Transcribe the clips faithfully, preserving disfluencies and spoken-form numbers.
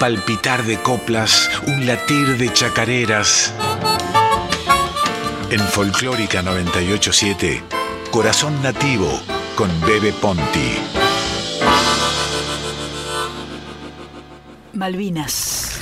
palpitar de coplas, un latir de chacareras. En Folclórica noventa y ocho punto siete, Corazón Nativo con Bebe Ponti. Malvinas.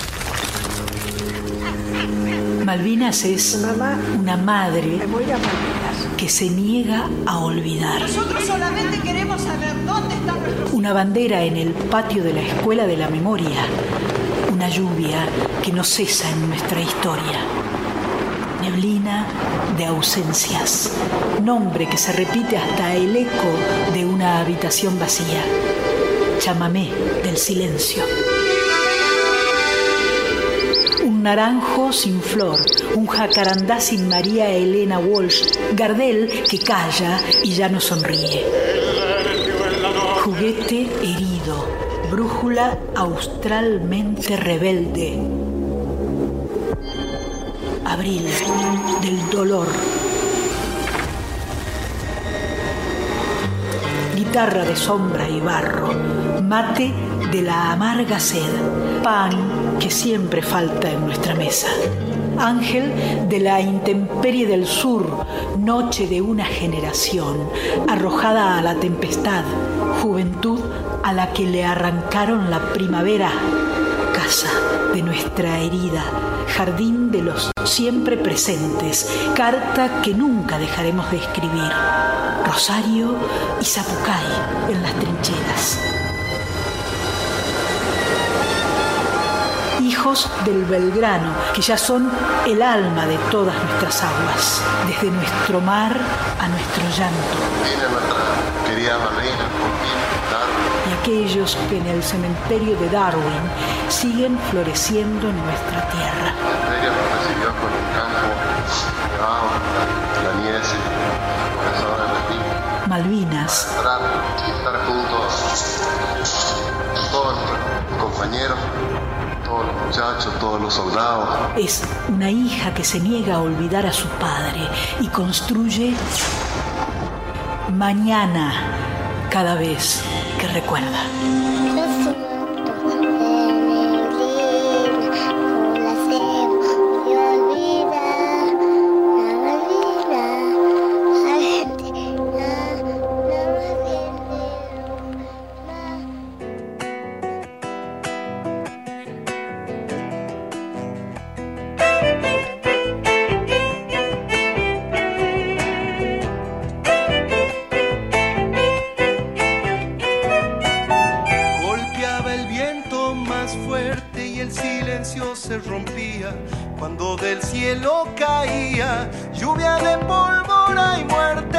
Malvinas es una madre que se niega a olvidar. Nosotros solamente queremos saber dónde están nuestros... Una bandera en el patio de la Escuela de la Memoria. Una lluvia que no cesa en nuestra historia. Neblina de ausencias. Nombre que se repite hasta el eco de una habitación vacía. Chamamé del silencio. Un naranjo sin flor, un jacarandá sin María Elena Walsh, Gardel que calla y ya no sonríe. Juguete herido, brújula australmente rebelde. Abril del dolor. Guitarra de sombra y barro, mate de la amarga sed, pan que siempre falta en nuestra mesa. Ángel de la intemperie del sur, noche de una generación, arrojada a la tempestad, juventud a la que le arrancaron la primavera, casa de nuestra herida, jardín de los siempre presentes, carta que nunca dejaremos de escribir, Rosario y Zapucay en las trincheras. Hijos del Belgrano, que ya son el alma de todas nuestras aguas, desde nuestro mar a nuestro llanto. Viene nuestra querida Malvinas, y aquellos que en el cementerio de Darwin siguen floreciendo en nuestra tierra. La feria nos recibió con el campo nevado, la nieve, por eso ahora aquí. Malvinas. Para entrar y estar juntos con todos nuestros compañeros, todos los muchachos, todos los soldados. Es una hija que se niega a olvidar a su padre y construye mañana cada vez que recuerda. Cuando del cielo caía lluvia de pólvora y muerte.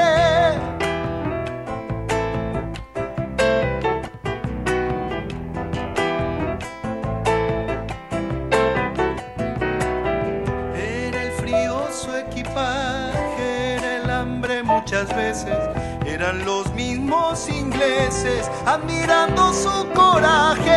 Era el frío su equipaje, era el hambre muchas veces, eran los mismos ingleses admirando su coraje.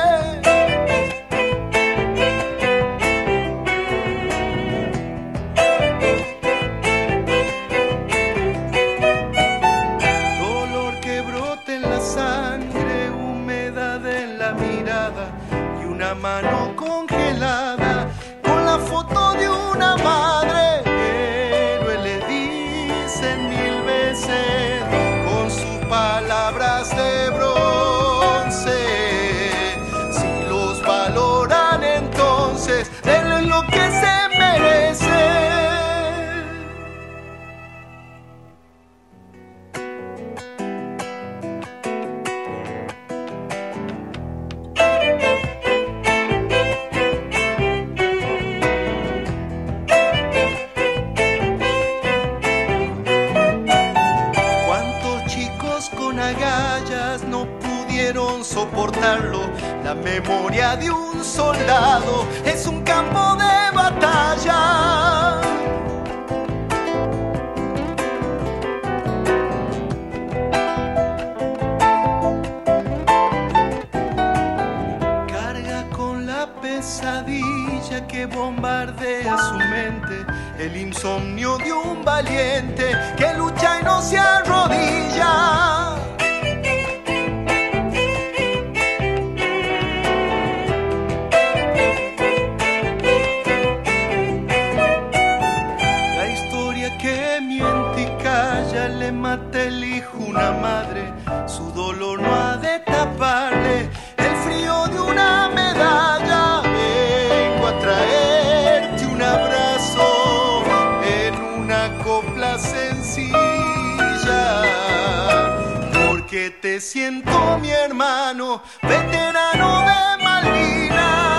Mano congelada con la foto de una madre, héroe le dicen mil veces con sus palabras de bronce. Si los valoran entonces, denle lo que se merece. Soportarlo, la memoria de un soldado es un campo de batalla. Carga con la pesadilla que bombardea su mente, el insomnio de un valiente que lucha y no se arrodilla. mate el hijo, una madre, su dolor no ha de taparle el frío de una medalla. Vengo a traerte un abrazo en una copla sencilla, porque te siento mi hermano, veterano de Malvinas.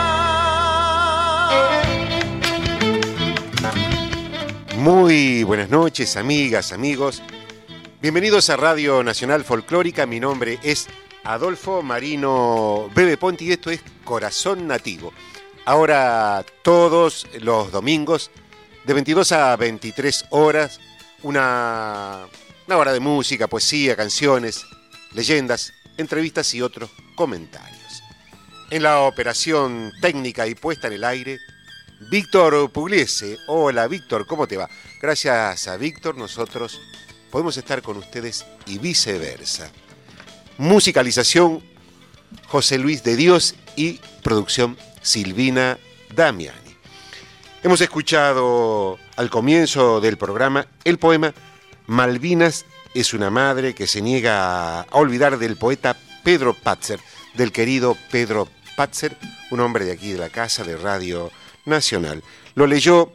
Muy buenas noches, amigas, amigos. Bienvenidos a Radio Nacional Folclórica. Mi nombre es Adolfo Marino Bebe Ponti y esto es Corazón Nativo. Ahora todos los domingos de veintidós a veintitrés horas, una, una hora de música, poesía, canciones, leyendas, entrevistas y otros comentarios. En la operación técnica y puesta en el aire, Víctor Pugliese. Hola Víctor, ¿cómo te va? Gracias a Víctor nosotros podemos estar con ustedes y viceversa. Musicalización José Luis de Dios y producción Silvina Damiani. Hemos escuchado al comienzo del programa el poema Malvinas es una madre que se niega a olvidar, del poeta Pedro Patzer, del querido Pedro Patzer, un hombre de aquí de la casa de Radio Nacional. Lo leyó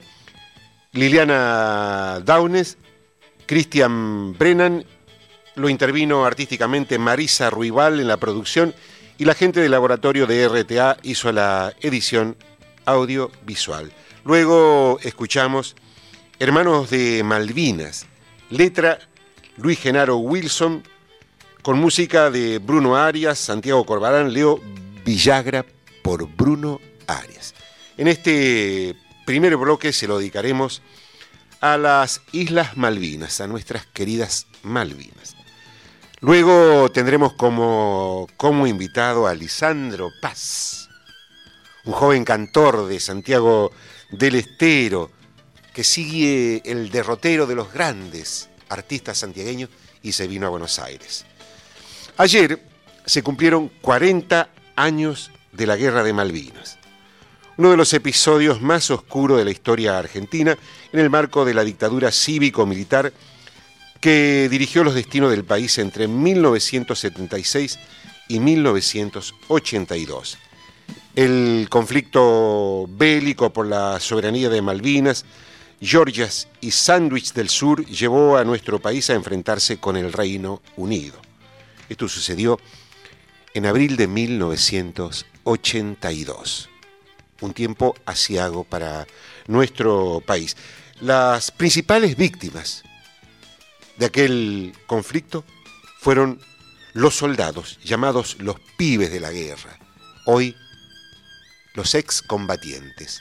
Liliana Daunes, Cristian Brennan, lo intervino artísticamente Marisa Ruibal en la producción y la gente del laboratorio de R T A hizo la edición audiovisual. Luego escuchamos Hermanos de Malvinas, letra Luis Genaro Wilson, con música de Bruno Arias, Santiago Corbalán, Leo Villagra por Bruno Arias. En este primer bloque se lo dedicaremos a las Islas Malvinas, a nuestras queridas Malvinas. Luego tendremos como, como invitado a Lisandro Paz, un joven cantor de Santiago del Estero que sigue el derrotero de los grandes artistas santiagueños y se vino a Buenos Aires. Ayer se cumplieron cuarenta años de la Guerra de Malvinas, uno de los episodios más oscuros de la historia argentina en el marco de la dictadura cívico-militar que dirigió los destinos del país entre mil novecientos setenta y seis y mil novecientos ochenta y dos. El conflicto bélico por la soberanía de Malvinas, Georgias y Sandwich del Sur llevó a nuestro país a enfrentarse con el Reino Unido. Esto sucedió en abril de mil novecientos ochenta y dos. Un tiempo aciago para nuestro país. Las principales víctimas de aquel conflicto fueron los soldados, llamados los pibes de la guerra, hoy los excombatientes.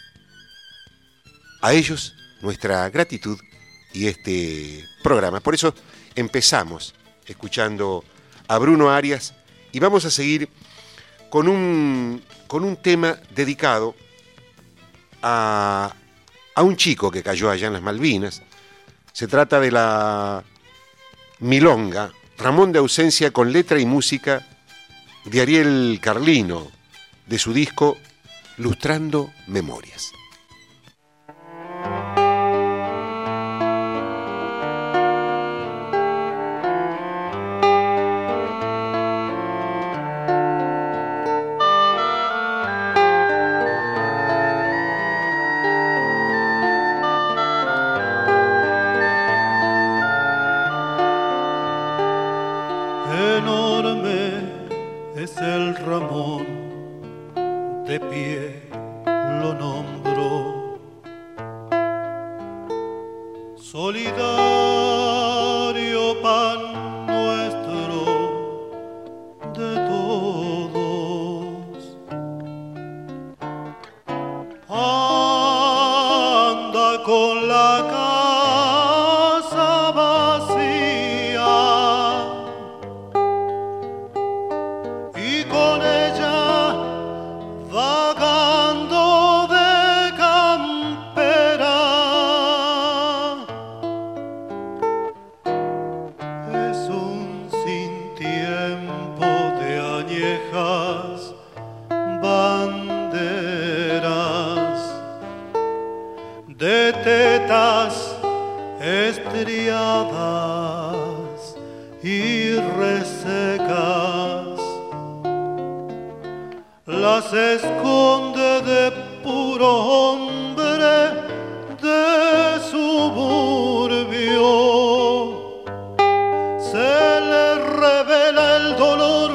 A ellos nuestra gratitud y este programa. Por eso empezamos escuchando a Bruno Arias y vamos a seguir con un, con un tema dedicado A, a un chico que cayó allá en las Malvinas. Se trata de la milonga Ramón de Ausencia, con letra y música de Ariel Carlino, de su disco Lustrando Memorias. se esconde de puro hombre de suburbio. Se le revela el dolor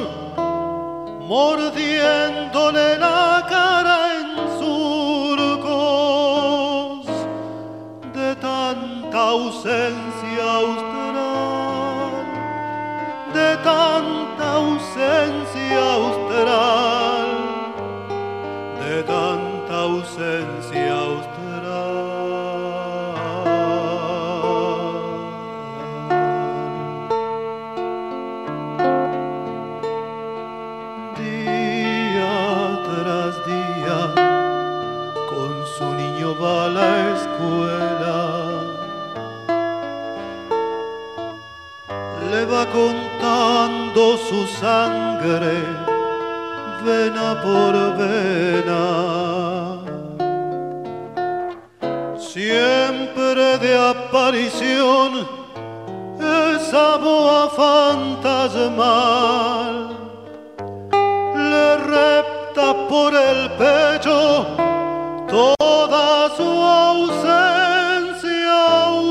mordiéndole la cara en surcos de tanta ausencia austral, de tanta ausencia austral, de tanta ausencia austral. Día tras día con su niño va a la escuela, le va contando su sangre vena por vena, siempre de aparición esa boa fantasmal le repta por el pecho toda su ausencia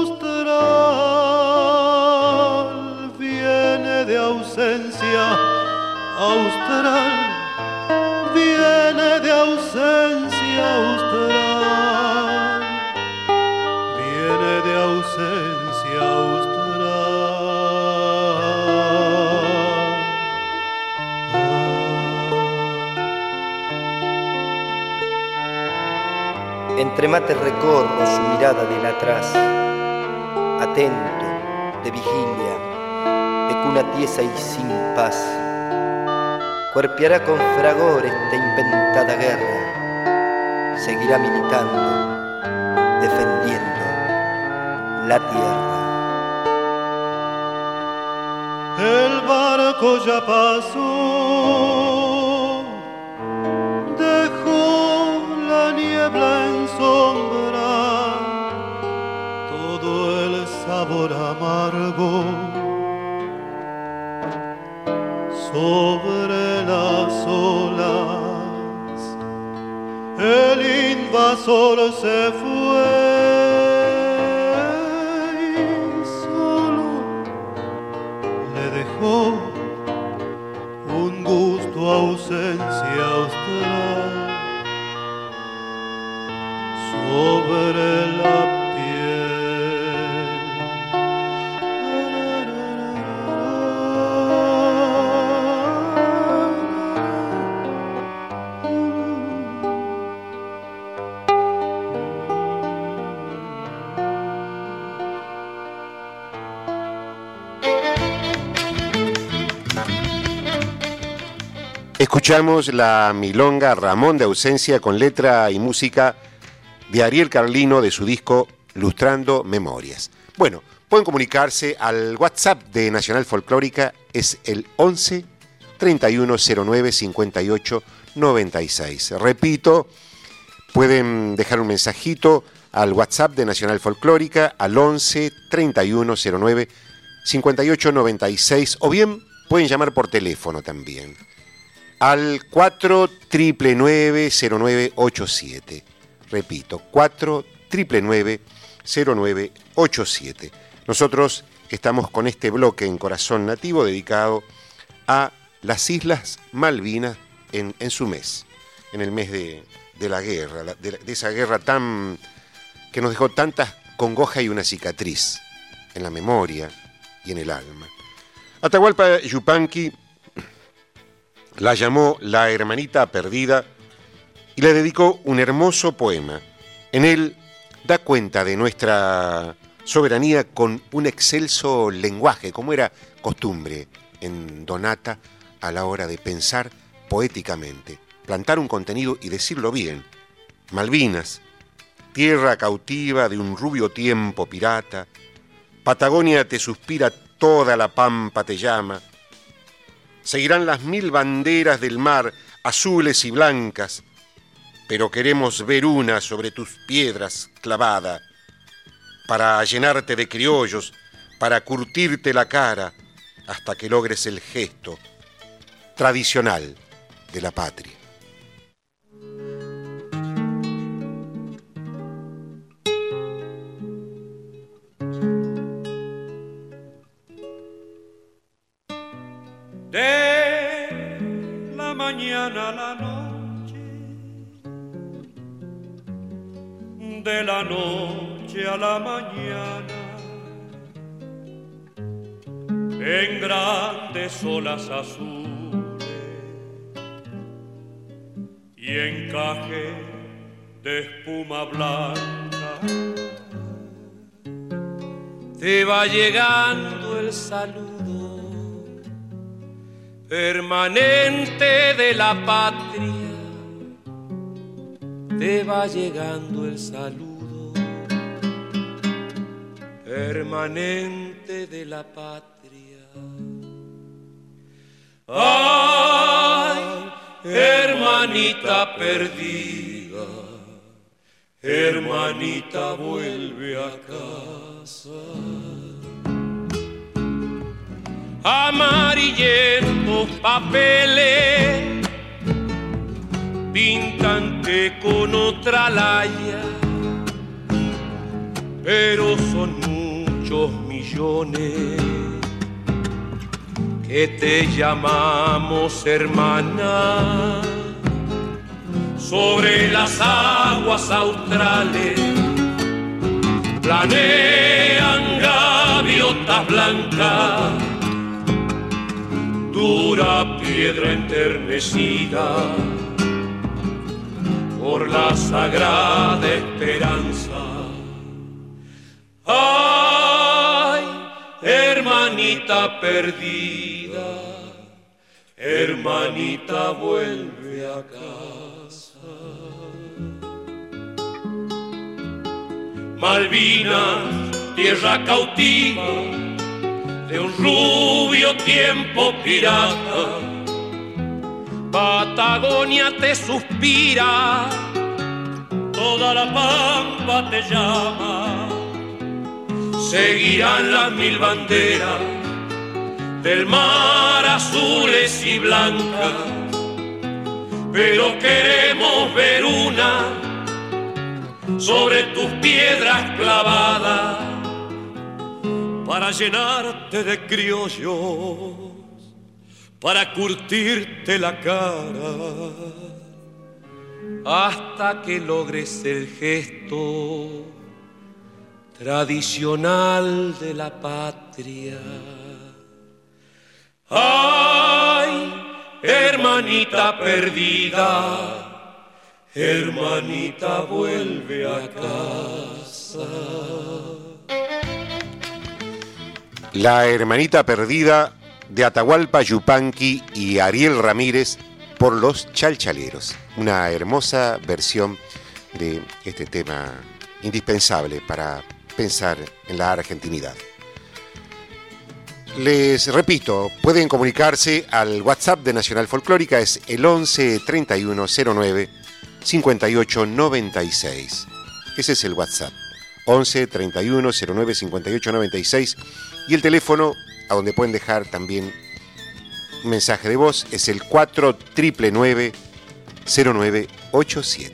austral. Viene de ausencia austral, viene de ausencia austral, viene de ausencia austral. Entre mates recorro su mirada del atrás, atento, de vigilia, de cuna tiesa y sin paz. Cuerpeará con fragor esta inventada guerra, seguirá militando, defendiendo la tierra. El barco ya pasó, dejó la niebla en sombra, todo el sabor amargo sobre las olas. El invasor se fue y solo le dejó un gusto ausencia austral sobre la Escuchamos la milonga Ramón de Ausencia con letra y música de Ariel Carlino de su disco Lustrando Memorias. Bueno, pueden comunicarse al WhatsApp de Nacional Folclórica, es el once, treinta y uno cero nueve, cincuenta y ocho noventa y seis. Repito, pueden dejar un mensajito al WhatsApp de Nacional Folclórica al once, treinta y uno cero nueve, cincuenta y ocho noventa y seis, o bien pueden llamar por teléfono también al cuatro nueve nueve cero nueve ocho siete. Repito, cuatro nueve nueve cero nueve ocho siete. Nosotros estamos con este bloque en Corazón Nativo dedicado a las Islas Malvinas en, en su mes, en el mes de, de la guerra, de, de esa guerra tan que nos dejó tantas congoja y una cicatriz en la memoria y en el alma. Atahualpa Yupanqui la llamó la hermanita perdida y le dedicó un hermoso poema. En él da cuenta de nuestra soberanía con un excelso lenguaje, como era costumbre en Donata a la hora de pensar poéticamente, plantar un contenido y decirlo bien. Malvinas, tierra cautiva de un rubio tiempo pirata, Patagonia te suspira, toda la pampa te llama, seguirán las mil banderas del mar, azules y blancas, pero queremos ver una sobre tus piedras clavada, para llenarte de criollos, para curtirte la cara, hasta que logres el gesto tradicional de la patria. de la mañana a la noche, de la noche a la mañana, en grandes olas azules y encaje de espuma blanca, te va llegando el saludo permanente de la patria, te va llegando el saludo permanente de la patria. Ay, hermanita perdida, hermanita vuelve a casa. Amarillentos papeles pintante con otra laya, pero son muchos millones que te llamamos hermana. Sobre las aguas australes planean gaviotas blancas, dura piedra enternecida por la sagrada esperanza. Ay, hermanita perdida, hermanita vuelve a casa. Malvinas, tierra cautiva de un rubio tiempo pirata, Patagonia te suspira, toda la pampa te llama. Seguirán las mil banderas del mar azules y blancas, pero queremos ver una sobre tus piedras clavadas para llenarte de criollos, para curtirte la cara, hasta que logres el gesto tradicional de la patria. Ay, hermanita perdida, hermanita vuelve a casa. La hermanita perdida de Atahualpa Yupanqui y Ariel Ramírez por los Chalchaleros. Una hermosa versión de este tema indispensable para pensar en la argentinidad. Les repito, pueden comunicarse al WhatsApp de Nacional Folclórica, es el once treinta y uno cero nueve cincuenta y ocho noventa y seis. Ese es el WhatsApp, once treinta y uno cero nueve cincuenta y ocho noventa y seis. Y el teléfono a donde pueden dejar también un mensaje de voz es el cuatro nueve nueve cero nueve ocho siete.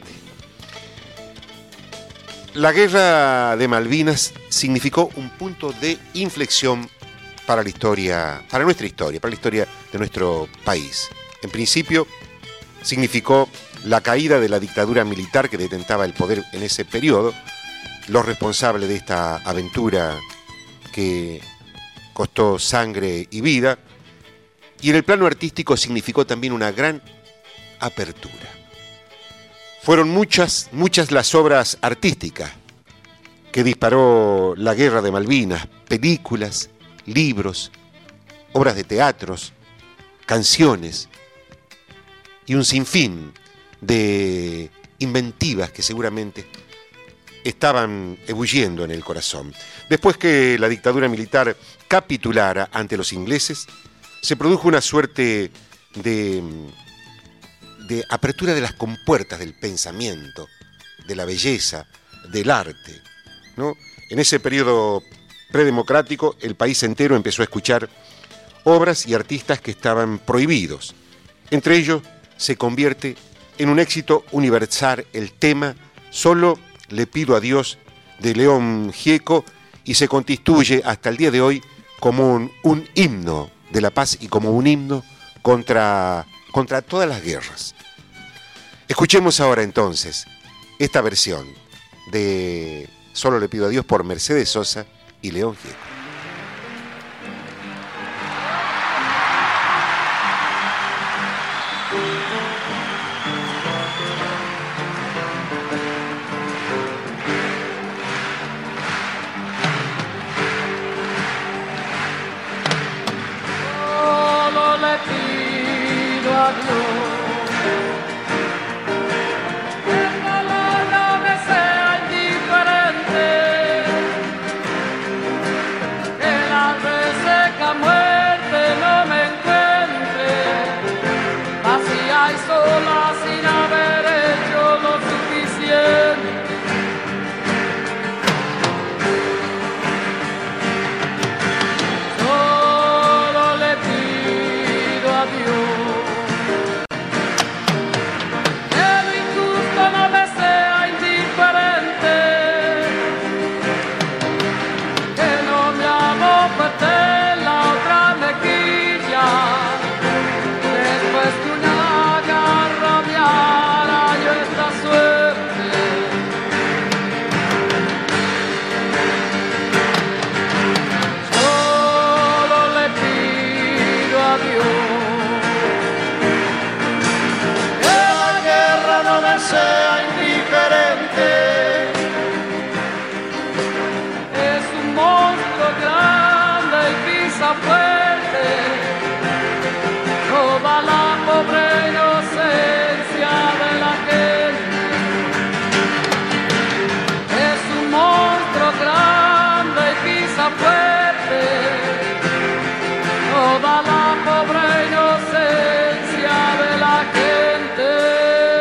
La guerra de Malvinas significó un punto de inflexión para la historia, para nuestra historia, para la historia de nuestro país. En principio, significó la caída de la dictadura militar que detentaba el poder en ese periodo. Los responsables de esta aventura que costó sangre y vida. Y en el plano artístico significó también una gran apertura. Fueron muchas, muchas las obras artísticas que disparó la guerra de Malvinas, películas, libros, obras de teatros, canciones y un sinfín de inventivas que seguramente estaban ebulliendo en el corazón. Después que la dictadura militar capitulara ante los ingleses, se produjo una suerte de, de apertura de las compuertas del pensamiento, de la belleza, del arte, ¿no? En ese periodo predemocrático, el país entero empezó a escuchar obras y artistas que estaban prohibidos. Entre ellos, se convierte en un éxito universal el tema Solo le pido a Dios de León Gieco y se constituye hasta el día de hoy como un, un himno de la paz y como un himno contra, contra todas las guerras. Escuchemos ahora entonces esta versión de Solo le pido a Dios por Mercedes Sosa y León Gieco. Solo le pido a Dios sola sin haber hecho lo suficiente. Solo le pido a Dios que lo injusto no le sea indiferente, que no me hago perder la otra mejilla después que una sea indiferente. Es un monstruo grande y pisa fuerte toda la pobre inocencia de la gente. Es un monstruo grande y pisa fuerte toda la pobre inocencia de la gente.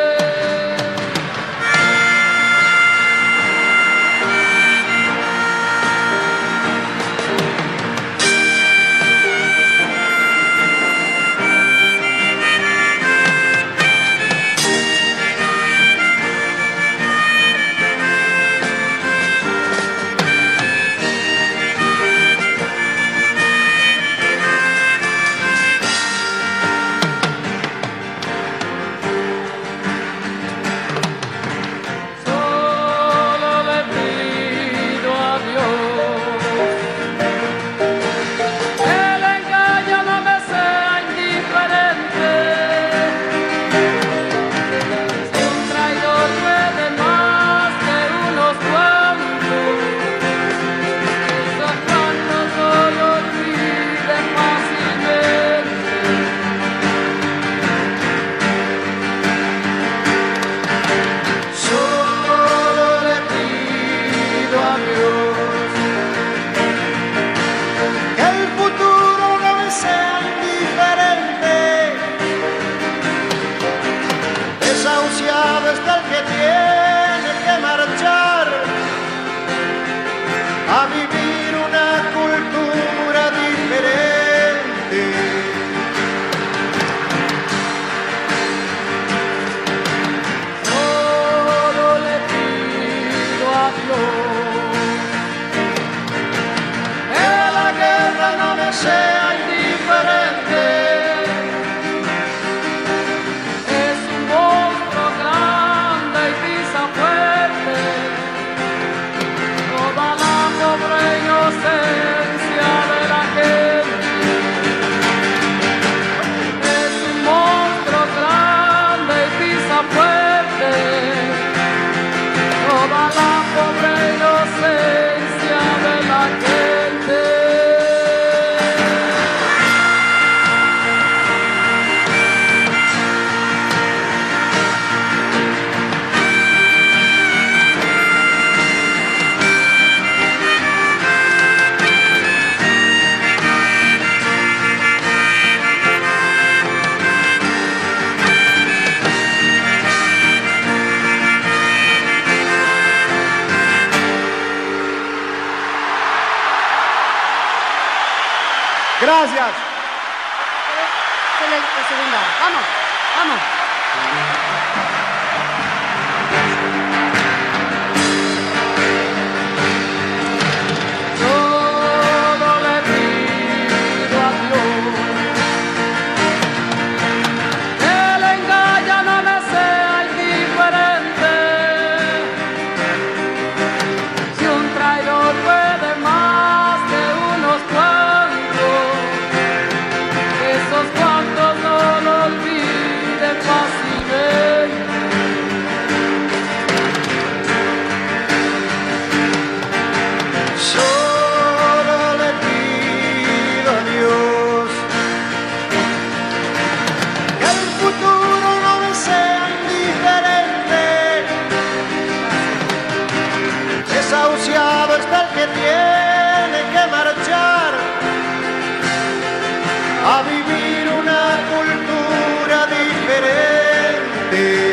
A vivir una cultura diferente. Solo le pido a Dios que la guerra no me sea indiferente. Es un monstruo grande y pisa fuerte toda la pobre inocencia de la gente. Es un monstruo grande y pisa fuerte toda la pobre inocencia de la gente. Gracias. Segunda. Vamos, vamos. Solo le pido a Dios a vivir una cultura diferente.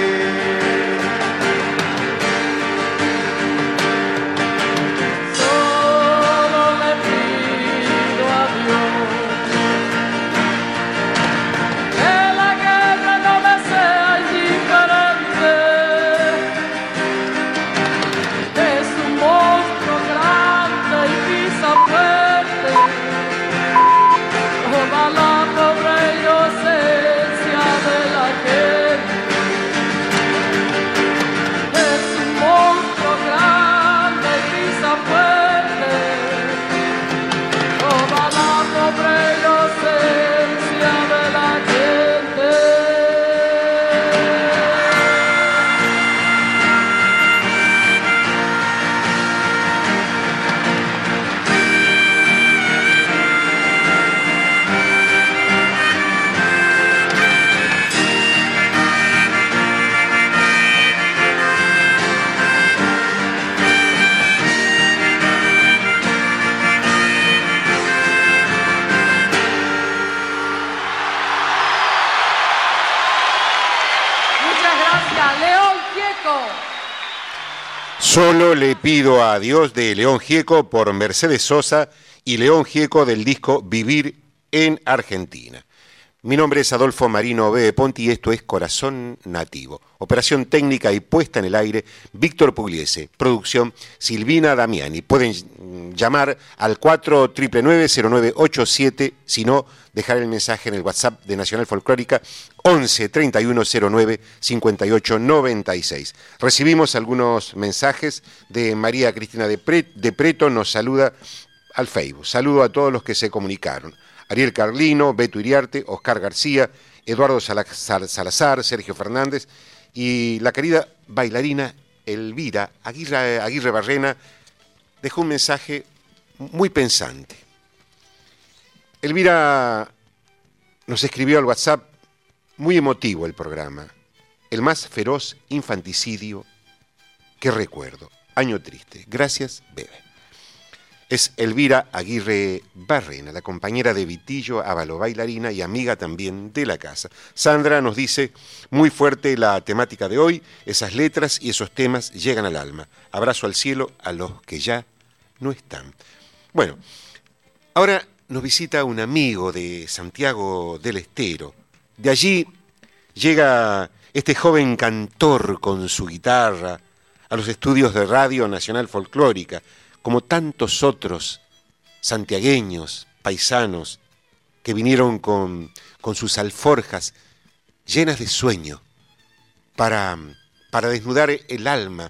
Solo le pido a Dios de León Gieco por Mercedes Sosa y León Gieco del disco Vivir en Argentina. Mi nombre es Adolfo Marino Bebe Ponti y esto es Corazón Nativo. Operación técnica y puesta en el aire, Víctor Pugliese. Producción, Silvina Damiani. Pueden llamar al cuatro nueve nueve cero nueve ocho siete, si no, dejar el mensaje en el WhatsApp de Nacional Folclórica once treinta y uno cero nueve cincuenta y ocho noventa y seis. Recibimos algunos mensajes de María Cristina de, Pre, de Preto, nos saluda al Facebook. Saludo a todos los que se comunicaron. Ariel Carlino, Beto Iriarte, Oscar García, Eduardo Salazar, Sergio Fernández y la querida bailarina Elvira Aguirre, Aguirre Barrena dejó un mensaje muy pensante. Elvira nos escribió al WhatsApp, muy emotivo el programa, el más feroz infanticidio que recuerdo. Año triste. Gracias, Bebe. Es Elvira Aguirre Barrena, la compañera de Vitillo Ávalo, bailarina y amiga también de la casa. Sandra nos dice, muy fuerte la temática de hoy, esas letras y esos temas llegan al alma. Abrazo al cielo a los que ya no están. Bueno, ahora nos visita un amigo de Santiago del Estero. De allí llega este joven cantor con su guitarra a los estudios de Radio Nacional Folclórica, como tantos otros santiagueños, paisanos, que vinieron con, con sus alforjas llenas de sueño para, para desnudar el alma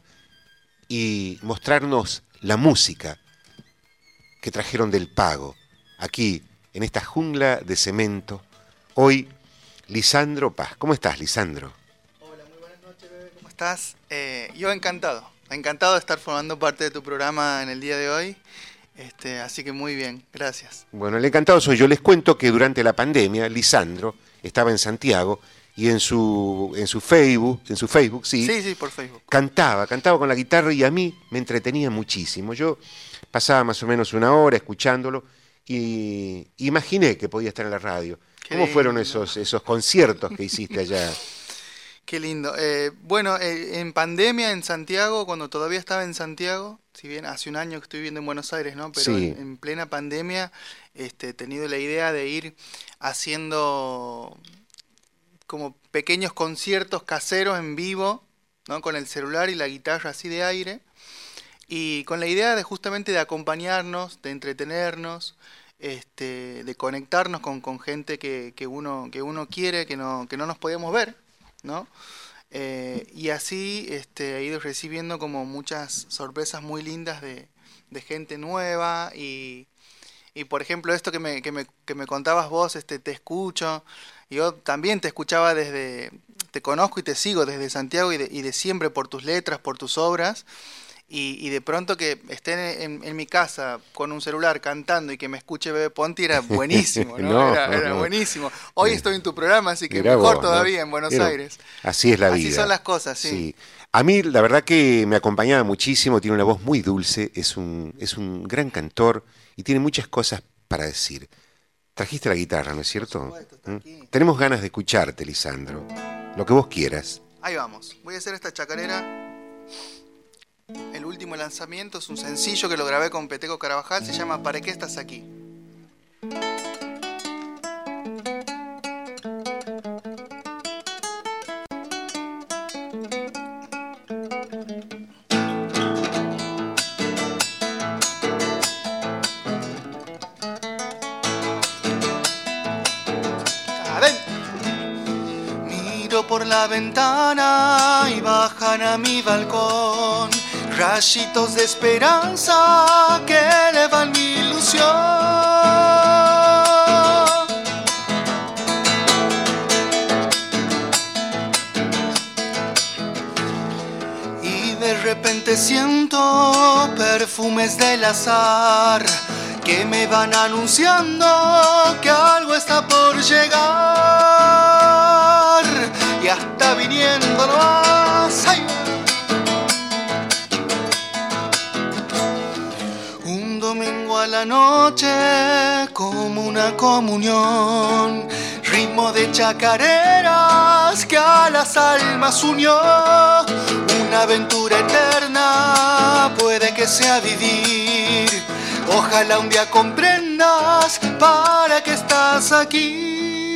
y mostrarnos la música que trajeron del Pago, aquí, en esta jungla de cemento. Hoy, Lisandro Paz. ¿Cómo estás, Lisandro? Hola, muy buenas noches, bebé. ¿Cómo estás? Eh, yo encantado. Encantado de estar formando parte de tu programa en el día de hoy, este, así que muy bien, gracias. Bueno, el encantado soy yo. Les cuento que durante la pandemia, Lisandro estaba en Santiago y en su, en su Facebook, en su Facebook, sí, sí, sí, por Facebook, cantaba, cantaba con la guitarra y a mí me entretenía muchísimo. Yo pasaba más o menos una hora escuchándolo y imaginé que podía estar en la radio. Qué ¿Cómo lindo. Fueron esos, esos conciertos que hiciste allá? Qué lindo. Eh, bueno, eh, en pandemia en Santiago, cuando todavía estaba en Santiago, si bien hace un año que estoy viviendo en Buenos Aires, ¿no? Pero sí. en, en plena pandemia este, he tenido la idea de ir haciendo como pequeños conciertos caseros en vivo, ¿no? Con el celular y la guitarra así de aire, y con la idea de justamente de acompañarnos, de entretenernos, este, de conectarnos con, con gente que, que, uno, que uno quiere, que no, que no nos podíamos ver, ¿no? Eh, y así este, he ido recibiendo como muchas sorpresas muy lindas de, de gente nueva y, y por ejemplo esto que me, que me, que me contabas vos, este, te escucho, yo también te escuchaba desde, te conozco y te sigo desde Santiago y de, y de siempre por tus letras, por tus obras. Y, y de pronto que esté en, en mi casa con un celular cantando y que me escuche Bebe Ponti era buenísimo, ¿no? no era, era no. buenísimo. Hoy sí. Estoy en tu programa, así que Mirá mejor vos, todavía ¿no? en Buenos Mirá. Aires. Así es la así vida. Así son las cosas, sí. sí. A mí la verdad que me acompañaba muchísimo, tiene una voz muy dulce, es un, es un gran cantor y tiene muchas cosas para decir. Trajiste la guitarra, ¿no es cierto? Por supuesto, está aquí. ¿Mm? Tenemos ganas de escucharte, Lisandro. Lo que vos quieras. Ahí vamos. Voy a hacer esta chacarera. El último lanzamiento es un sencillo que lo grabé con Peteco Carabajal. Se llama ¿Para qué estás aquí? Por la ventana y bajan a mi balcón rayitos de esperanza que elevan mi ilusión. Y de repente siento perfumes del azar que me van anunciando que algo está por llegar. Y hasta viniendo nomás, ¡ay! Un domingo a la noche como una comunión, ritmo de chacareras que a las almas unió. Una aventura eterna puede que sea vivir. Ojalá un día comprendas para qué estás aquí.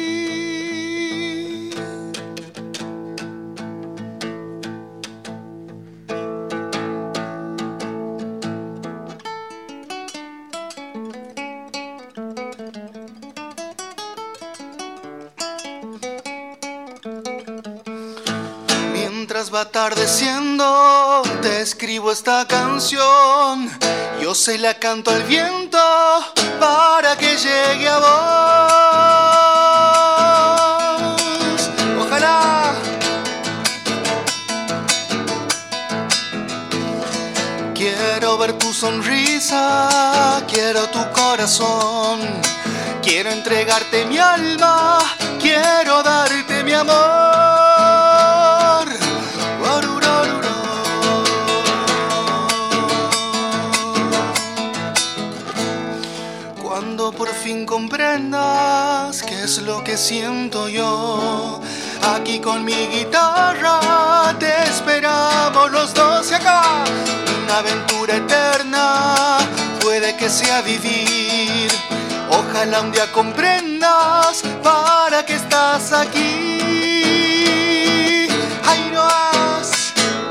Va atardeciendo, te escribo esta canción. Yo se la canto al viento para que llegue a vos. Ojalá. Quiero ver tu sonrisa, quiero tu corazón. Quiero entregarte mi alma, quiero darte mi amor. Cuando por fin comprendas qué es lo que siento yo, aquí con mi guitarra te esperamos los dos. Y acá una aventura eterna puede que sea vivir. Ojalá un día comprendas para qué estás aquí. ¡Ay, no has!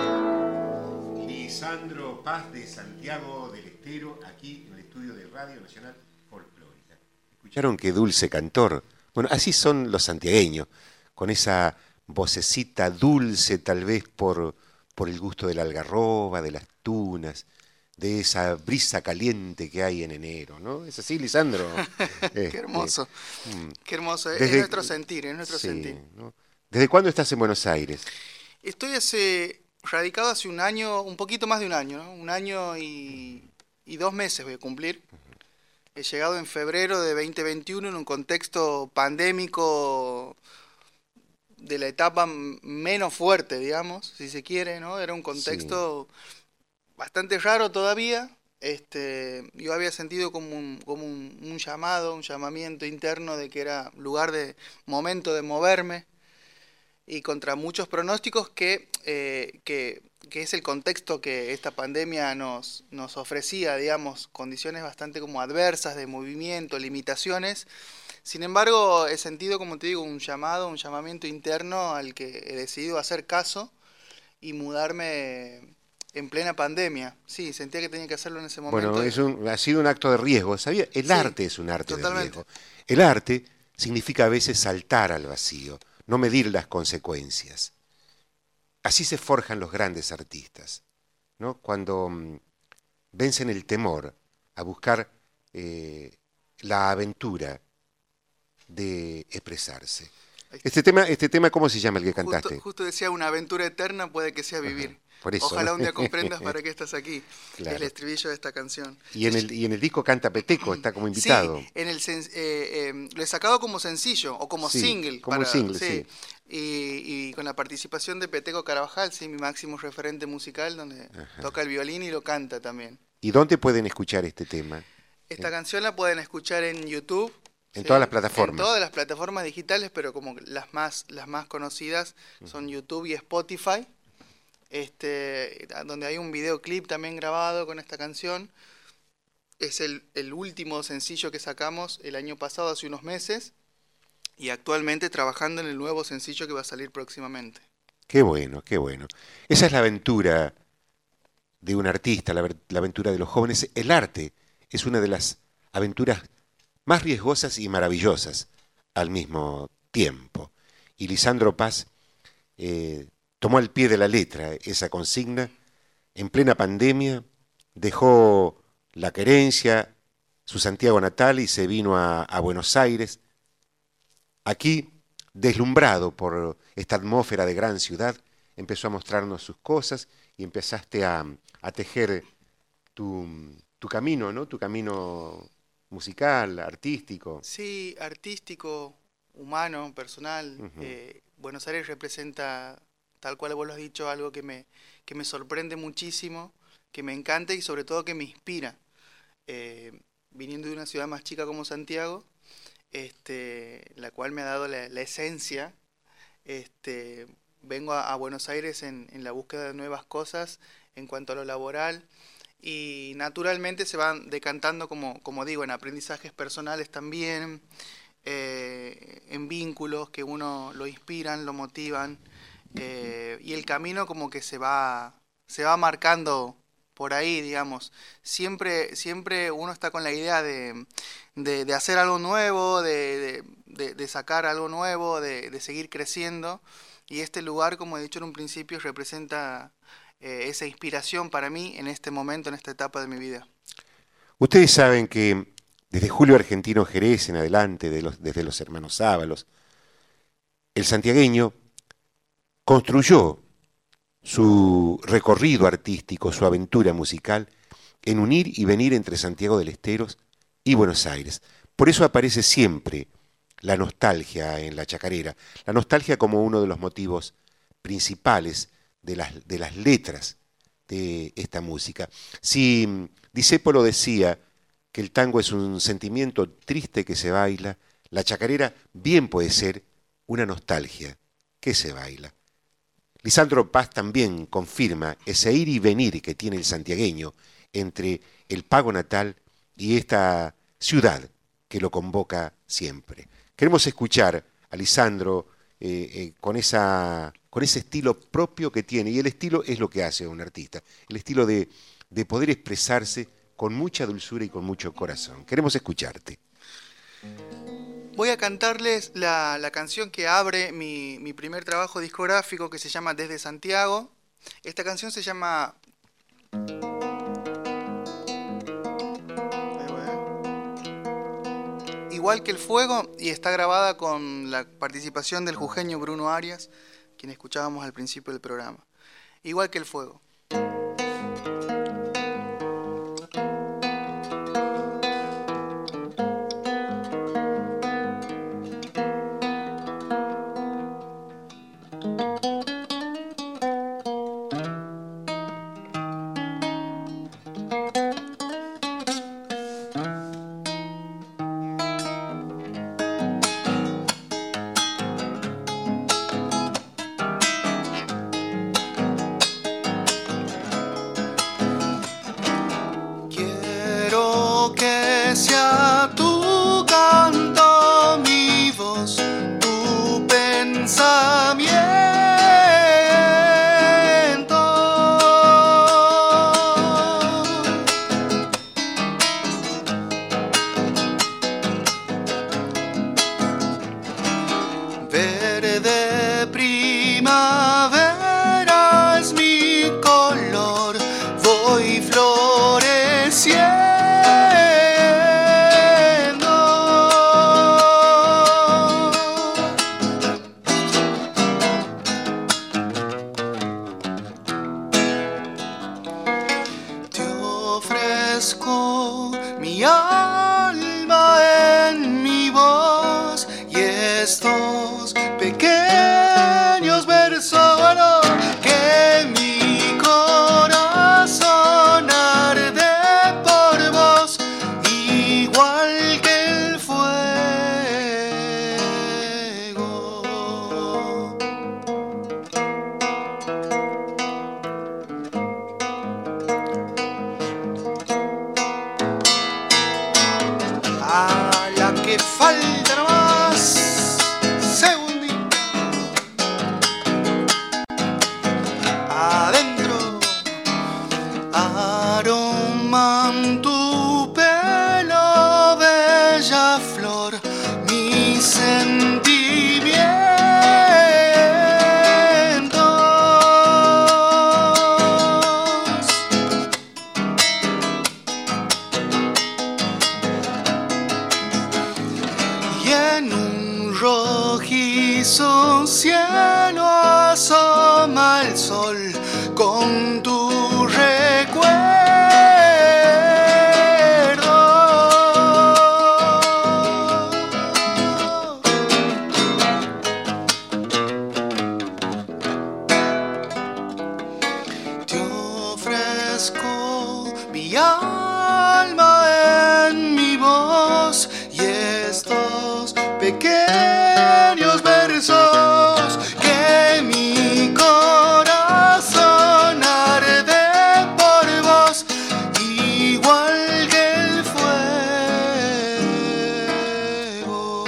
Lisandro Paz de Santiago del Estero, aquí en el estudio de Radio Nacional Folclórica. ¿Escucharon qué dulce cantor? Bueno, así son los santiagueños, con esa vocecita dulce tal vez por, por el gusto de la algarroba, de las tunas, de esa brisa caliente que hay en enero, ¿no? ¿Es así, Lisandro? Qué este, hermoso, mm. Qué hermoso, es, Desde, es nuestro sentir, es nuestro sí, sentir. ¿no? ¿Desde cuándo estás en Buenos Aires? Estoy hace, radicado hace un año, un poquito más de un año, ¿no? Un año y, y dos meses voy a cumplir. Uh-huh. He llegado en febrero de veinte veintiuno en un contexto pandémico de la etapa menos fuerte, digamos, si se quiere, ¿no? Era un contexto... Sí. Bastante raro todavía. Este, yo había sentido como un, como un, un llamado, un llamamiento interno de que era lugar de momento de moverme, y contra muchos pronósticos que, eh, que, que es el contexto que esta pandemia nos, nos ofrecía, digamos, condiciones bastante como adversas de movimiento, limitaciones. Sin embargo, he sentido, como te digo, un llamado, un llamamiento interno al que he decidido hacer caso y mudarme en plena pandemia. Sí, sentía que tenía que hacerlo en ese momento. Bueno, es un, ha sido un acto de riesgo. ¿Sabía? El sí, arte es un arte totalmente. de riesgo. El arte significa a veces saltar al vacío, no medir las consecuencias. Así se forjan los grandes artistas, ¿no? Cuando mmm, vencen el temor a buscar eh, la aventura de expresarse. Este tema, este tema, ¿cómo se llama el que cantaste? Justo, justo decía, una aventura eterna puede que sea vivir. Ajá. Por eso, Ojalá ¿no? un día comprendas para qué estás aquí. Claro. Es el estribillo de esta canción. Y en el, y en el disco canta Peteco, está como invitado. Sí, en el, eh, eh, lo he sacado como sencillo o como sí, single. Como para, single, sí. sí. Y, y con la participación de Peteco Carabajal, sí, mi máximo referente musical, donde Ajá. toca el violín y lo canta también. ¿Y dónde pueden escuchar este tema? Esta eh. canción la pueden escuchar en YouTube. En Sí, todas las plataformas. En todas las plataformas digitales, pero como las más, las más conocidas son YouTube y Spotify, este, donde hay un videoclip también grabado con esta canción. Es el, el último sencillo que sacamos el año pasado, hace unos meses, y actualmente trabajando en el nuevo sencillo que va a salir próximamente. Qué bueno, qué bueno. Esa es la aventura de un artista, la, la aventura de los jóvenes. El arte es una de las aventuras más riesgosas y maravillosas al mismo tiempo. Y Lisandro Paz eh, tomó al pie de la letra esa consigna. En plena pandemia dejó la querencia, su Santiago natal, y se vino a, a Buenos Aires. Aquí, deslumbrado por esta atmósfera de gran ciudad, empezó a mostrarnos sus cosas y empezaste a, a tejer tu, tu camino, ¿no? Tu camino musical, artístico. Sí, artístico, humano, personal. Uh-huh. eh, Buenos Aires representa, tal cual vos lo has dicho, algo que me, que me sorprende muchísimo, que me encanta y sobre todo que me inspira. Eh, viniendo de una ciudad más chica como Santiago, este, la cual me ha dado la, la esencia, este, vengo a, a Buenos Aires en, en la búsqueda de nuevas cosas en cuanto a lo laboral, y naturalmente se van decantando, como, como digo, en aprendizajes personales también, eh, en vínculos que uno lo inspiran, lo motivan, eh, y el camino como que se va, se va marcando por ahí, digamos. Siempre, siempre uno está con la idea de, de, de hacer algo nuevo, de, de, de sacar algo nuevo, de, de seguir creciendo, y este lugar, como he dicho en un principio, representa Eh, esa inspiración para mí en este momento, en esta etapa de mi vida. Ustedes saben que desde Julio Argentino Jerez en adelante, de los, desde los hermanos Ábalos, el santiagueño construyó su recorrido artístico, su aventura musical, en un ir y venir entre Santiago del Estero y Buenos Aires. Por eso aparece siempre la nostalgia en la chacarera, la nostalgia como uno de los motivos principales De las, de las letras de esta música. Si Discépolo decía que el tango es un sentimiento triste que se baila, la chacarera bien puede ser una nostalgia que se baila. Lisandro Paz también confirma ese ir y venir que tiene el santiagueño entre el pago natal y esta ciudad que lo convoca siempre. Queremos escuchar a Lisandro eh, eh, con esa... con ese estilo propio que tiene, y el estilo es lo que hace a un artista, el estilo de, de poder expresarse con mucha dulzura y con mucho corazón. Queremos escucharte. Voy a cantarles la, la canción que abre mi, mi primer trabajo discográfico, que se llama Desde Santiago. Esta canción se llama... Igual que el fuego, y está grabada con la participación del jujeño Bruno Arias, quien escuchábamos al principio del programa. Igual que el fuego. Igual que el fuego. rojizo cielo asoma el sol con tu recuerdo. Te ofrezco mi alma en mi voz y estos pequeños versos que mi corazón arde por vos, igual que el fuego.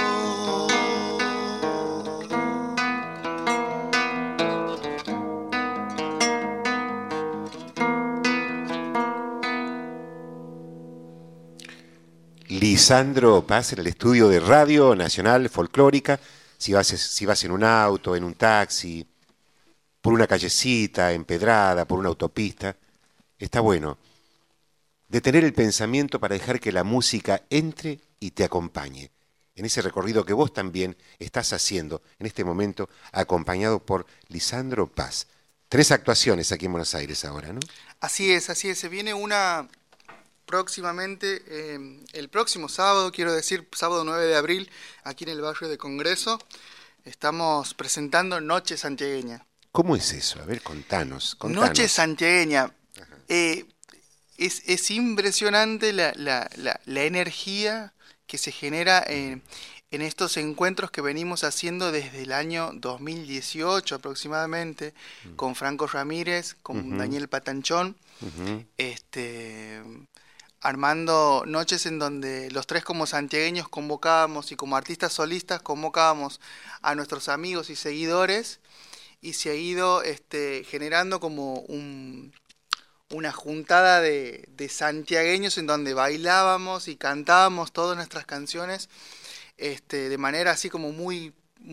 Lisandro Paz en el estudio de Radio Nacional Folclórica. Si vas, si vas en un auto, en un taxi, por una callecita empedrada, por una autopista, está bueno detener el pensamiento para dejar que la música entre y te acompañe en ese recorrido que vos también estás haciendo en este momento, acompañado por Lisandro Paz. Tres actuaciones aquí en Buenos Aires ahora, ¿no? Así es, así es. Se viene una próximamente, eh, el próximo sábado, quiero decir, sábado nueve de abril, aquí en el barrio de Congreso, estamos presentando Noche Santiagueña. ¿Cómo es eso? A ver, contanos. contanos. Noche Santiagueña. Eh, es, es impresionante la, la, la, la energía que se genera en, en estos encuentros que venimos haciendo desde el año dos mil dieciocho aproximadamente, uh-huh. con Franco Ramírez, con uh-huh. Daniel Patanchón, uh-huh. este, armando noches en donde los tres como santiagueños convocábamos y como artistas solistas convocábamos a nuestros amigos y seguidores, y se ha ido este, generando como un... una juntada de, de santiagueños en donde bailábamos y cantábamos todas nuestras canciones este, de manera así como muy...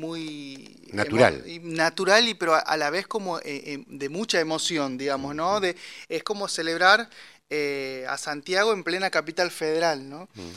muy natural. Emo, natural y pero a, a la vez como eh, eh, de mucha emoción, digamos, ¿no? De, es como celebrar eh, a Santiago en plena capital federal, ¿no? Uh-huh.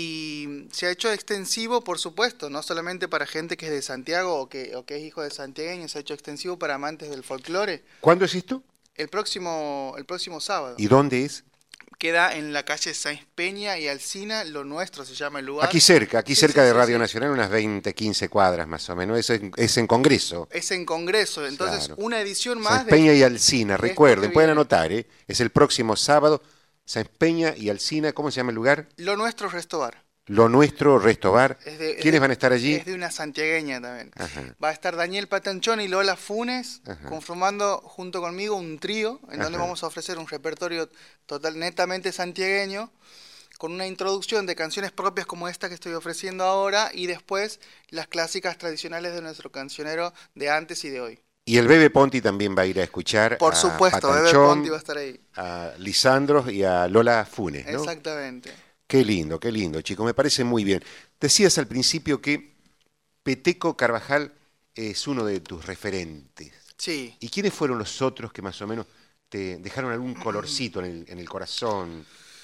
Y se ha hecho extensivo, por supuesto, no solamente para gente que es de Santiago o que, o que es hijo de santiagueños, se ha hecho extensivo para amantes del folclore. ¿Cuándo es esto? El próximo, el próximo sábado. ¿Y dónde es? Queda en la calle Sáenz Peña y Alsina, Lo Nuestro se llama el lugar. Aquí cerca, aquí sí, cerca sí, de sí, Radio sí. Nacional, unas veinte, quince cuadras más o menos. Es en, es en Congreso. Es en Congreso, entonces claro. una edición más. Sáenz Peña de... y Alsina, recuerden, pueden anotar, ¿eh? Es el próximo sábado, Sáenz Peña y Alsina, ¿cómo se llama el lugar? Lo Nuestro Resto Bar. Lo Nuestro Resto Bar. Es de, ¿Quiénes es de, van a estar allí? Es de una santiagueña también. Ajá. Va a estar Daniel Patanchón y Lola Funes, Ajá. conformando junto conmigo un trío, en donde Ajá. vamos a ofrecer un repertorio total, netamente santiagueño, con una introducción de canciones propias como esta que estoy ofreciendo ahora, y después las clásicas tradicionales de nuestro cancionero de antes y de hoy. Y el Bebe Ponti también va a ir a escuchar. Por a supuesto, Patanchón, Bebe Ponti va a estar ahí. A Lisandro y a Lola Funes, ¿no? Exactamente. Qué lindo, qué lindo, chicos, me parece muy bien. Decías al principio que Peteco Carvajal es uno de tus referentes. Sí. ¿Y quiénes fueron los otros que más o menos te dejaron algún colorcito en el, en el corazón?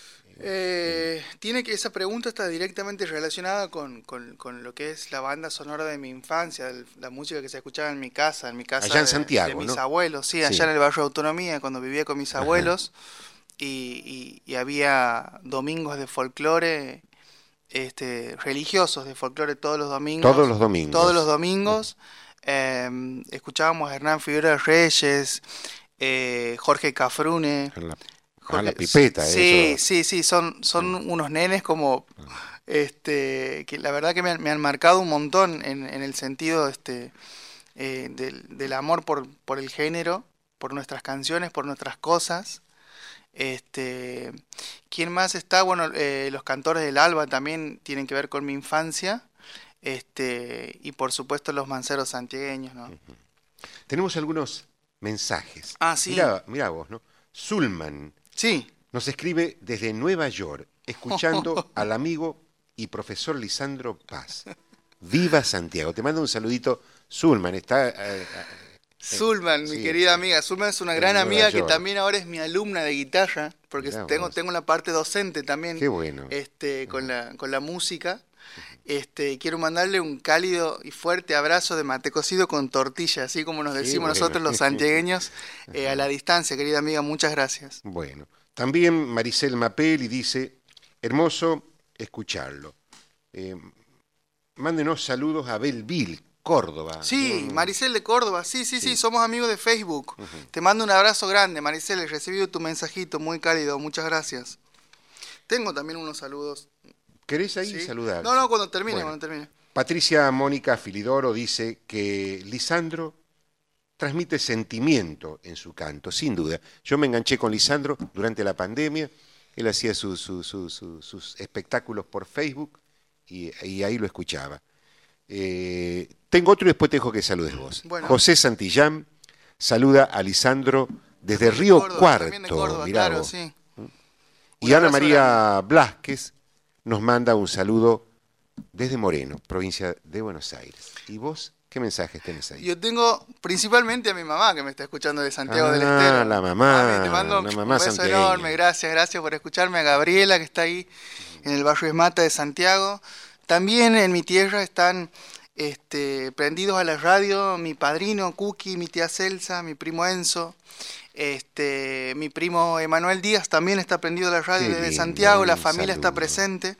Eh, tiene que esa pregunta está directamente relacionada con, con, con lo que es la banda sonora de mi infancia, la música que se escuchaba en mi casa, en mi casa allá en de, Santiago, de mis ¿no? abuelos, sí, allá sí. en el barrio de Autonomía, cuando vivía con mis abuelos. Y, y, y había domingos de folclore, este, religiosos de folclore todos los domingos. Todos los domingos. Todos los domingos. Eh, escuchábamos a Hernán Figueroa Reyes, eh, Jorge Cafrune. La, Jorge, ah, la pipeta, sí, eso. sí, sí, son, son mm. unos nenes como, este, que la verdad que me han, me han marcado un montón en, en el sentido este, eh, del, del amor por, por el género, por nuestras canciones, por nuestras cosas. Este, ¿quién más está? Bueno, eh, los cantores del Alba también tienen que ver con mi infancia, este, y por supuesto los manceros santiagueños, ¿no? Uh-huh. Tenemos algunos mensajes. Ah, sí. Mirá, mirá vos, ¿no? Zulman. Sí. Nos escribe desde Nueva York, escuchando al amigo y profesor Lisandro Paz. Viva Santiago. Te mando un saludito, Zulman. Está... Eh, Zulman, sí, mi querida amiga. Zulman es una gran amiga que también ahora es mi alumna de guitarra, porque Mirá tengo, tengo una parte docente también. Qué bueno. Este, con, la, con la música. Este, quiero mandarle un cálido y fuerte abrazo de mate cocido con tortilla, así como nos decimos sí, bueno. nosotros los santiagueños, eh, a la distancia, querida amiga, muchas gracias. Bueno, también Maricel Mapelli dice, hermoso escucharlo. Eh, mándenos saludos a Belville, Córdoba. Sí, Maricel de Córdoba, sí, sí, sí, sí, somos amigos de Facebook. Uh-huh. Te mando un abrazo grande, Maricel, he recibido tu mensajito, muy cálido, muchas gracias. Tengo también unos saludos. ¿Querés ahí ¿Sí? saludar? No, no, cuando termine, bueno, cuando termine. Patricia Mónica Filidoro dice que Lisandro transmite sentimiento en su canto, sin duda. Yo me enganché con Lisandro durante la pandemia, él hacía su, su, su, su, sus espectáculos por Facebook y, y ahí lo escuchaba. Eh, tengo otro y después te dejo que saludes vos. Bueno. José Santillán saluda a Lisandro desde Río Córdoba, Cuarto. De Córdoba, mirá claro, sí. Y Ana María Blasquez nos manda un saludo desde Moreno, provincia de Buenos Aires. ¿Y vos qué mensajes tenés ahí? Yo tengo principalmente a mi mamá que me está escuchando de Santiago ah, del Estero. Ah, la mamá. Te mando la mamá un beso santiagueña. Enorme, gracias, gracias por escucharme. A Gabriela que está ahí en el barrio Esmata de Santiago. También en mi tierra están este, prendidos a la radio mi padrino Cuqui, mi tía Celsa, mi primo Enzo. Este, mi primo Emanuel Díaz también está prendido a la radio Qué desde lindo, Santiago, la familia saludo. Está presente.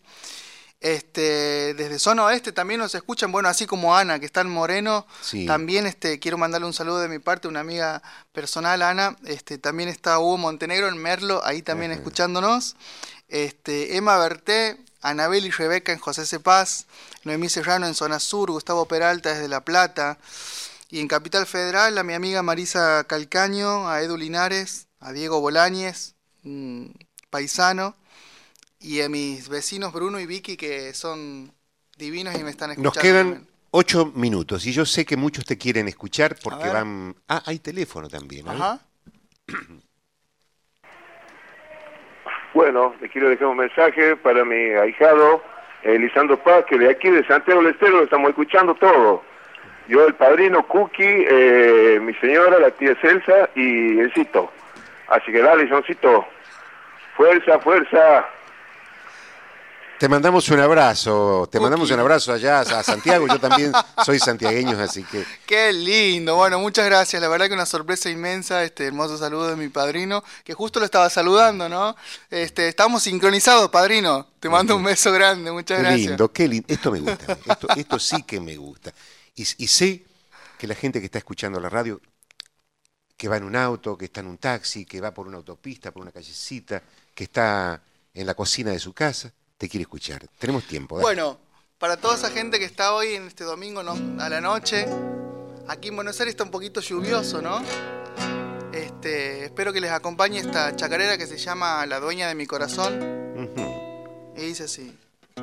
Este, desde Zona Oeste también nos escuchan, bueno, así como Ana, que está en Moreno, sí. También este, quiero mandarle un saludo de mi parte, una amiga personal, Ana, este, también está Hugo Montenegro en Merlo, ahí también uh-huh. escuchándonos, este, Emma Berté, Anabel y Rebeca en José Cepaz, Noemí Serrano en Zona Sur, Gustavo Peralta desde La Plata, y en Capital Federal a mi amiga Marisa Calcaño, a Edu Linares, a Diego Bolañez, un paisano, y a mis vecinos Bruno y Vicky que son divinos y me están escuchando. Nos quedan también. ocho minutos y yo sé que muchos te quieren escuchar porque van... Ah, hay teléfono también. ¿eh? Ajá. Bueno, le quiero dejar un mensaje para mi ahijado, eh, Lisandro Paz, que de aquí de Santiago del Estero lo estamos escuchando todo. Yo, el padrino Cuqui, eh, mi señora, la tía Celsa y el Cito. Así que dale, Soncito. Fuerza, fuerza. Te mandamos un abrazo, te Cuqui. mandamos un abrazo allá a Santiago, yo también soy santiagueño, así que... Qué lindo, bueno, muchas gracias, la verdad que una sorpresa inmensa, este hermoso saludo de mi padrino, que justo lo estaba saludando, ¿no? Este, estamos sincronizados, padrino, te mando un beso grande, muchas qué gracias. Qué lindo, qué lindo, esto me gusta, esto, esto sí que me gusta. Y, y sé que la gente que está escuchando la radio, que va en un auto, que está en un taxi, que va por una autopista, por una callecita, que está en la cocina de su casa, te quiere escuchar. Tenemos tiempo. Dale. Bueno, para toda esa gente que está hoy en este domingo ¿no? a la noche, aquí en Buenos Aires está un poquito lluvioso, ¿no? Este, espero que les acompañe esta chacarera que se llama La Dueña de mi Corazón. Uh-huh. Y dice así.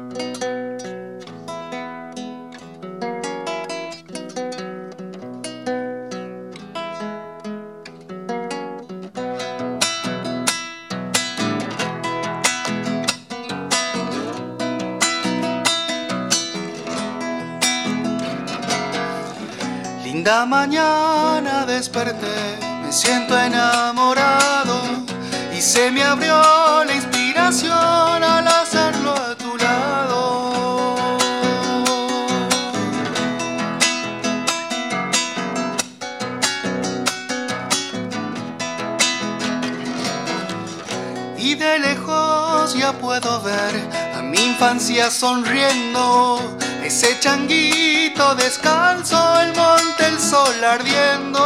Linda mañana desperté, me siento enamorado y se me abrió la inspiración al hacerlo a tu lado. Y de lejos ya puedo ver a mi infancia sonriendo, ese changuito descalzo, el monte, el sol ardiendo.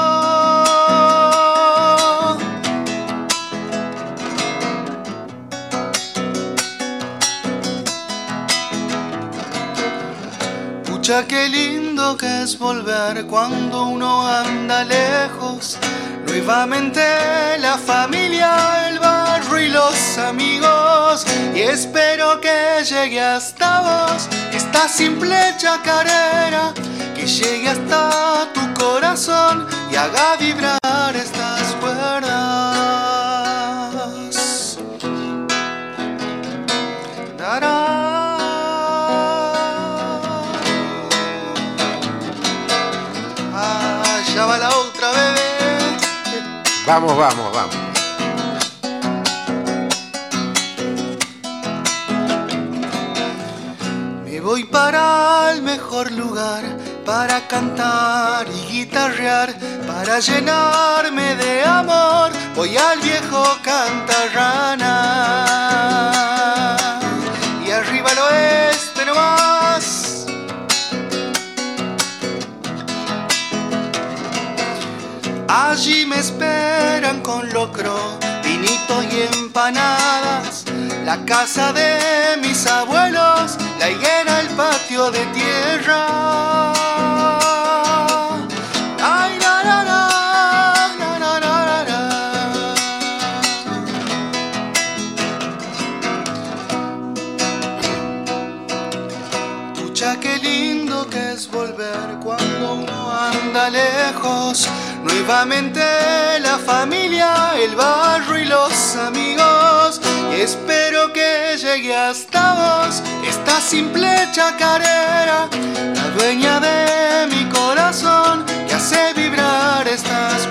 Pucha, qué lindo que es volver cuando uno anda lejos. Nuevamente la familia, el barrio y los amigos. Y espero que llegue hasta vos esta simple chacarera, que llegue hasta tu corazón y haga vibrar estas cuerdas. Dará. Ah, ya va la otra, bebé. Vamos, vamos, vamos. voy para el mejor lugar, para cantar y guitarrear, para llenarme de amor, voy al viejo Cantarrana. Y arriba al oeste nomás, allí me esperan con locro, vinitos y empanadas, la casa de mis abuelos, la higuera, el patio de tierra. Ay, la, la, la, la, la, la, la. Pucha, qué lindo que es volver cuando uno anda lejos. Nuevamente la familia, el barrio y los amigos. Y espero que llegue hasta vos, esta simple chacarera, la dueña de mi corazón, que hace vibrar estas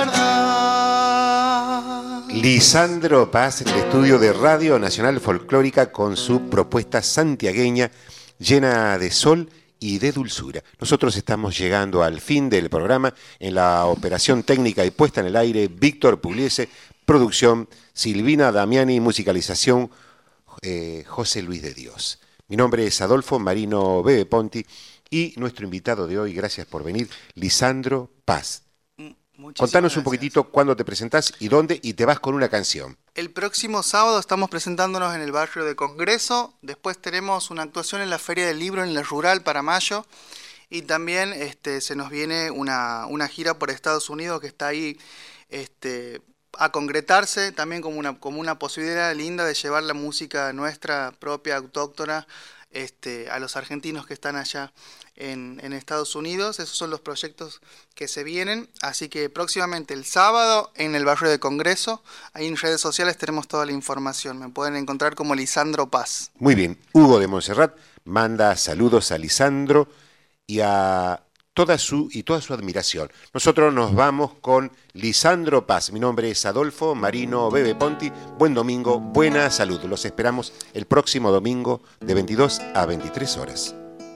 cuerdas. Lisandro Paz en el estudio de Radio Nacional Folclórica con su propuesta santiagueña llena de sol y de dulzura. Nosotros estamos llegando al fin del programa. En la operación técnica y puesta en el aire, Víctor Pugliese, producción Silvina Damiani, musicalización eh, José Luis de Dios. Mi nombre es Adolfo Marino Bebe Ponti y nuestro invitado de hoy, gracias por venir, Lisandro Paz. Muchísimas Contanos gracias. Un poquitito cuándo te presentás y dónde, y te vas con una canción. El próximo sábado estamos presentándonos en el barrio de Congreso, después tenemos una actuación en la Feria del Libro en la Rural para mayo, y también este, se nos viene una, una gira por Estados Unidos que está ahí este, a concretarse, también como una, como una posibilidad linda de llevar la música nuestra propia, autóctona, este, a los argentinos que están allá en, en Estados Unidos. Esos son los proyectos que se vienen, así que próximamente el sábado en el barrio de Congreso, ahí en redes sociales tenemos toda la información, me pueden encontrar como Lisandro Paz. Muy bien, Hugo de Montserrat manda saludos a Lisandro y a toda su y toda su admiración. Nosotros nos vamos con Lisandro Paz. Mi nombre es Adolfo Marino Bebe Ponti. Buen domingo, buena salud. Los esperamos el próximo domingo de veintidós a veintitrés horas.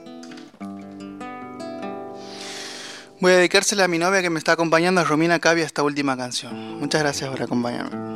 Voy a dedicársela a mi novia que me está acompañando, a Romina Cavia, esta última canción. Muchas gracias por acompañarme.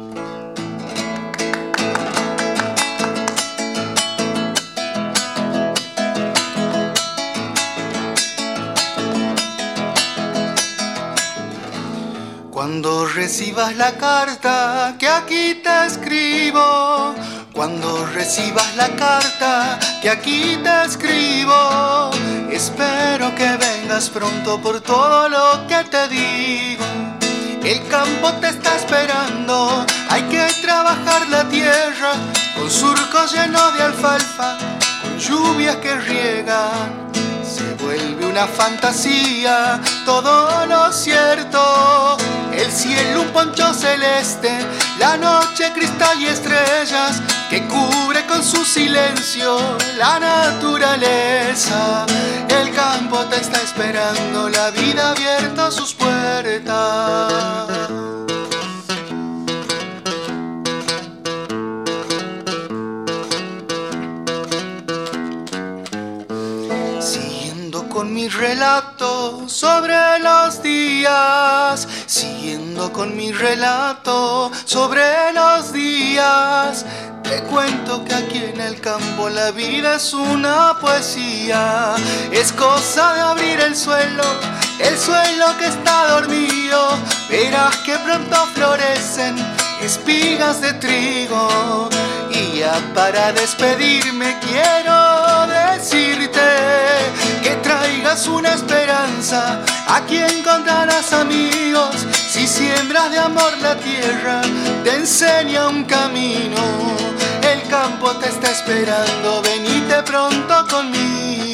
Cuando recibas la carta que aquí te escribo, cuando recibas la carta que aquí te escribo, espero que vengas pronto por todo lo que te digo. El campo te está esperando, hay que trabajar la tierra, con surcos llenos de alfalfa, con lluvias que riegan. Se vuelve una fantasía todo lo cierto. El cielo un poncho celeste, la noche cristal y estrellas, que cubre con su silencio la naturaleza. El campo te está esperando, la vida abierta sus puertas. Con mi relato sobre los días, siguiendo con mi relato sobre los días, te cuento que aquí en el campo la vida es una poesía. Es cosa de abrir el suelo, el suelo que está dormido, verás que pronto florecen espigas de trigo. Y ya para despedirme quiero decirte que traigas una esperanza, aquí encontrarás amigos. Si siembras de amor la tierra, te enseña un camino. El campo te está esperando, venite pronto conmigo.